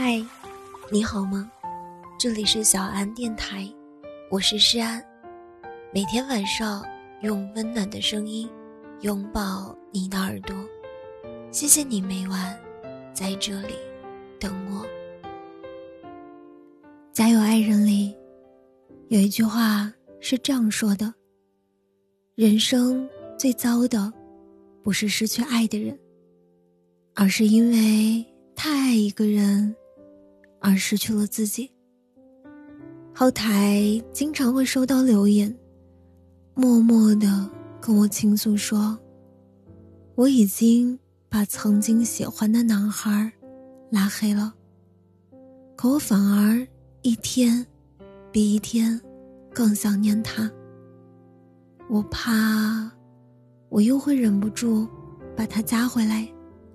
嗨，你好吗？这里是小安电台，我是诗安。每天晚上用温暖的声音拥抱你的耳朵，谢谢你每晚在这里等我。家有爱人里有一句话是这样说的：人生最糟的不是失去爱的人，而是因为太爱一个人而失去了自己。后台经常会收到留言，默默地跟我倾诉说，我已经把曾经喜欢的男孩拉黑了，可我反而一天比一天更想念他。我怕我又会忍不住把他加回来。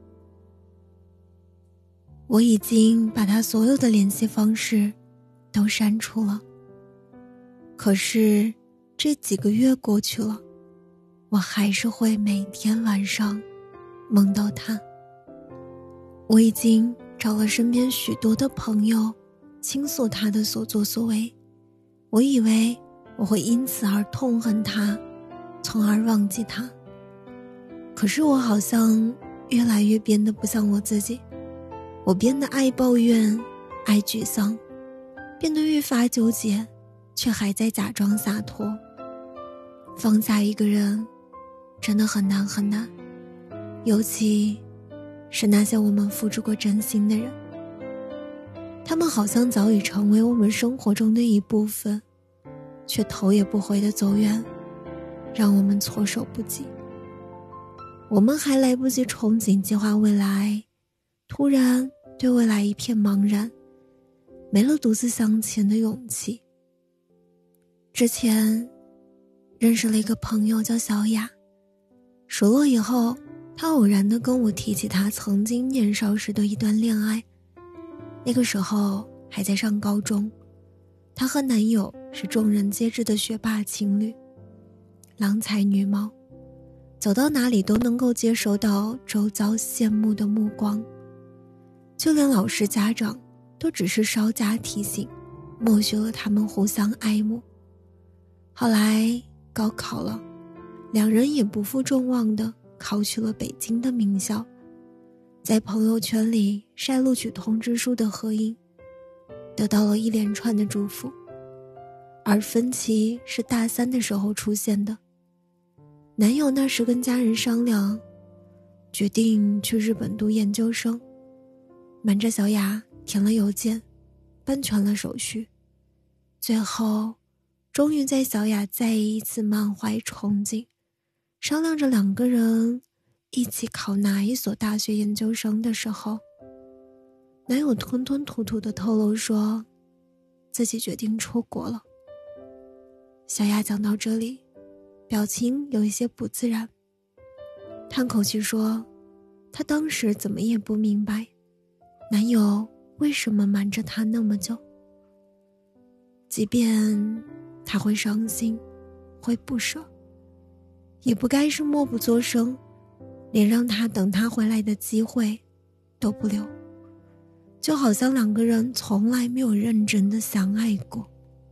我已经把他所有的联系方式都删除了，可是这几个月过去了，我还是会每天晚上梦到他。我已经找了身边许多的朋友倾诉他的所作所为，我以为我会因此而痛恨他，从而忘记他。可是我好像越来越变得不像我自己，我变得爱抱怨，爱沮丧，变得愈发纠结，却还在假装洒脱。放下一个人真的很难很难，尤其是那些我们付出过真心的人，他们好像早已成为我们生活中的一部分，却头也不回地走远，让我们措手不及。我们还来不及憧憬计划未来，突然对未来一片茫然，没了独自向前的勇气。之前认识了一个朋友叫小雅，熟络以后，她偶然地跟我提起她曾经年少时的一段恋爱。那个时候还在上高中，她和男友是众人皆知的学霸情侣，郎才女貌，走到哪里都能够接收到周遭羡慕的目光，就连老师家长都只是稍加提醒，默许了他们互相爱慕。后来高考了，两人也不负众望地考取了北京的名校，在朋友圈里晒录取通知书的合影，得到了一连串的祝福。而分歧是大三的时候出现的，男友那时跟家人商量，决定去日本读研究生，瞒着小雅填了邮件，办全了手续，最后终于在小雅再一次满怀憧憬，商量着两个人一起考哪一所大学研究生的时候，男友吞吞吐吐地透露说自己决定出国了。小雅讲到这里，表情有一些不自然，叹口气说她当时怎么也不明白男友为什么瞒着她那么久。即便她会伤心，会不舍，也不该是默不作声，连让他等他回来的机会都不留，就好像两个人从来没有认真的相爱过。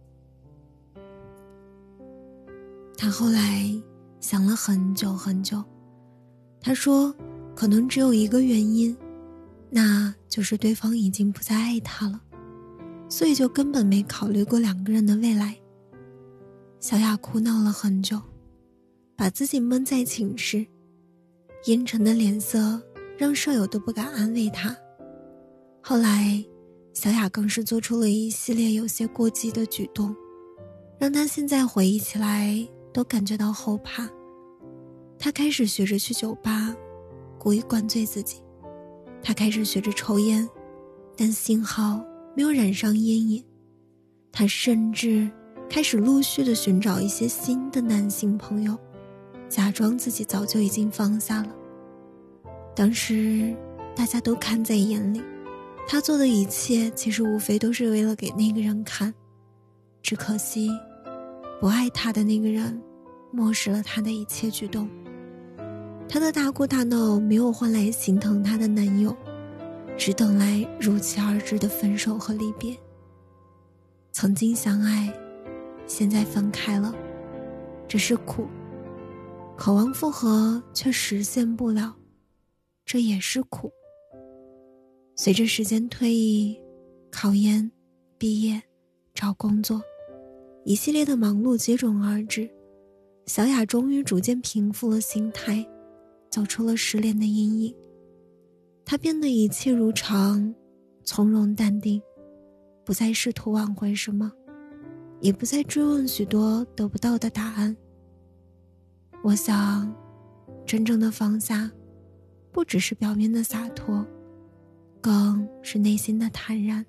他后来想了很久很久，他说可能只有一个原因，那就是对方已经不再爱他了，所以就根本没考虑过两个人的未来。小雅哭闹了很久，把自己闷在寝室，阴沉的脸色让舍友都不敢安慰她。后来小雅更是做出了一系列有些过激的举动，让她现在回忆起来都感觉到后怕。她开始学着去酒吧故意灌醉自己，她开始学着抽烟，但幸好没有染上烟瘾。她甚至开始陆续地寻找一些新的男性朋友，假装自己早就已经放下了。当时大家都看在眼里，他做的一切其实无非都是为了给那个人看，只可惜不爱他的那个人漠视了他的一切举动。他的大哭大闹没有换来心疼他的男友， 只等来如期而至的分手和离别。曾经相爱，现在分开了，这是苦；渴望复合却实现不了，这也是苦。随着时间推移，考研、毕业、找工作，一系列的忙碌接踵而至，小雅终于逐渐平复了心态，走出了失恋的阴影。她变得一切如常，从容淡定，不再试图挽回什么，也不再追问许多得不到的答案。我想，真正的放下，不只是表面的洒脱，更是内心的坦然。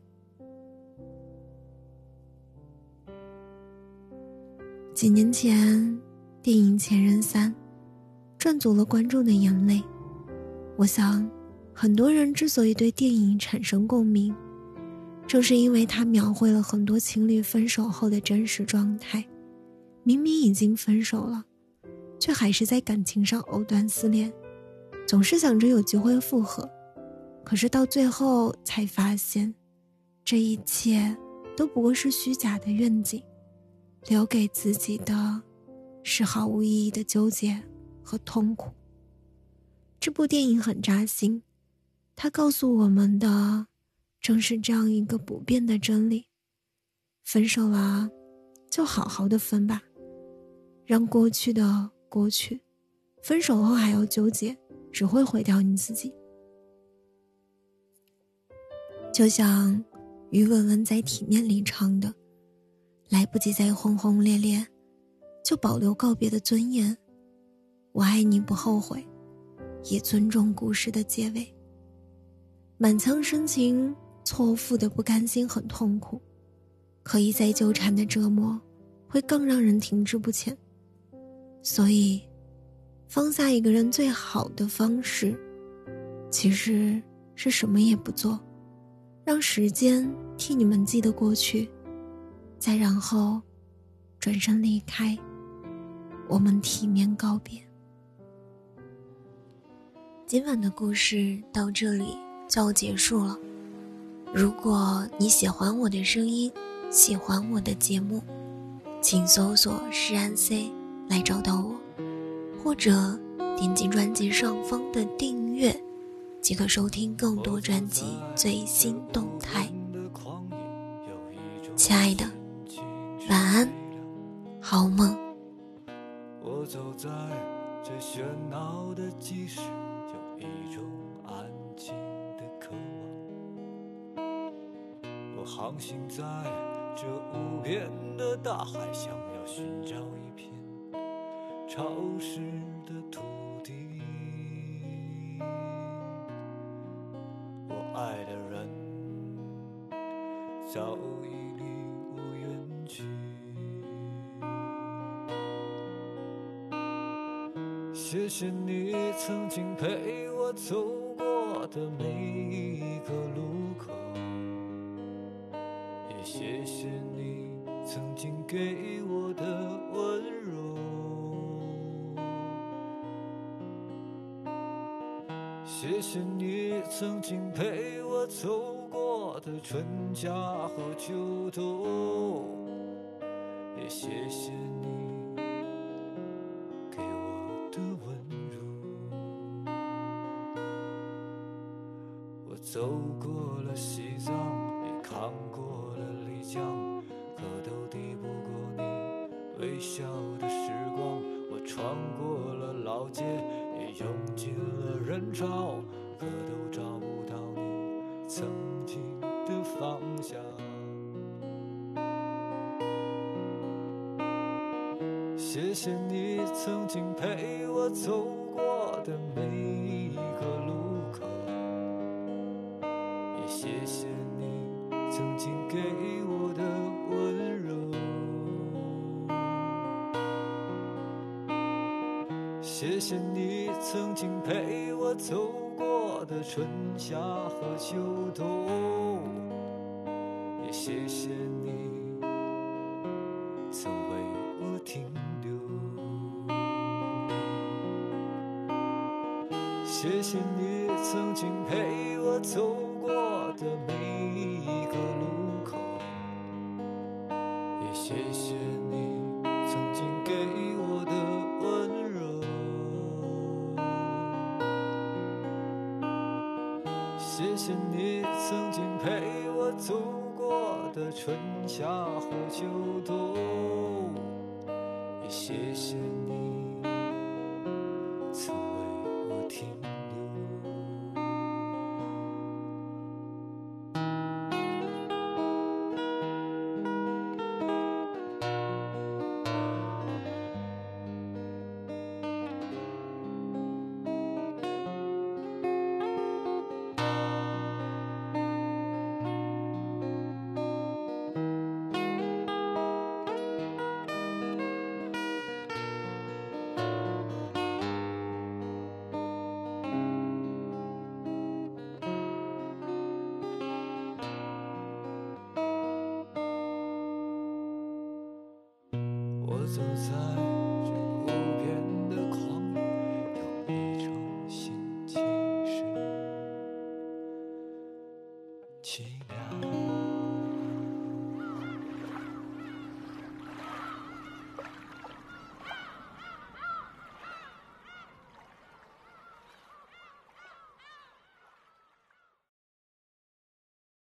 几年前，电影《前任三》赚足了观众的眼泪。我想，很多人之所以对电影产生共鸣，正是因为它描绘了很多情侣分手后的真实状态。明明已经分手了，却还是在感情上藕断丝连，总是想着有机会复合，可是到最后才发现，这一切都不过是虚假的愿景，留给自己的是毫无意义的纠结和痛苦。这部电影很扎心，它告诉我们的正是这样一个不变的真理：分手了，就好好的分吧，让过去的过去，分手后还要纠结，只会毁掉你自己。就像于文文在《体面》里唱的，来不及再轰轰烈烈，就保留告别的尊严。我爱你不后悔，也尊重故事的结尾。满腔深情，错付的不甘心很痛苦，可一再纠缠的折磨会更让人停滞不前。所以放下一个人最好的方式，其实是什么也不做，让时间替你们记得过去，再然后转身离开，我们体面告别。今晚的故事到这里就要结束了。如果你喜欢我的声音，喜欢我的节目，请搜索诗安 C 来找到我，或者点击专辑上方的订阅，即可收听更多专辑最新动态。亲爱的，晚安，好梦。 我走在这喧闹的集市，有一种安静的渴望。我航行在这无边的大海，想要寻找一片潮湿的土地。我爱的人早已离我远去。谢谢你曾经陪我走过的每一个路口，也谢谢你曾经给我的温柔。谢谢你曾经陪我走过的春夏和秋冬，也谢谢你的温柔。我走过了西藏，也看过了丽江，可都抵不过你微笑的时光。我穿过了老街，也涌进了人潮，可都找不到你曾经的方向。谢谢你曾经陪我走过的每一个路口，也谢谢你曾经给我的温柔。谢谢你曾经陪我走过的春夏和秋冬，也谢谢你曾为我停留。谢谢你曾经陪我走过过的每一个路口，也谢谢你曾经给我的温柔，谢谢你曾经陪我走过的春夏和秋冬，也谢谢你曾为我停留。我走在这无边的旷野，有一种新奇事奇妙。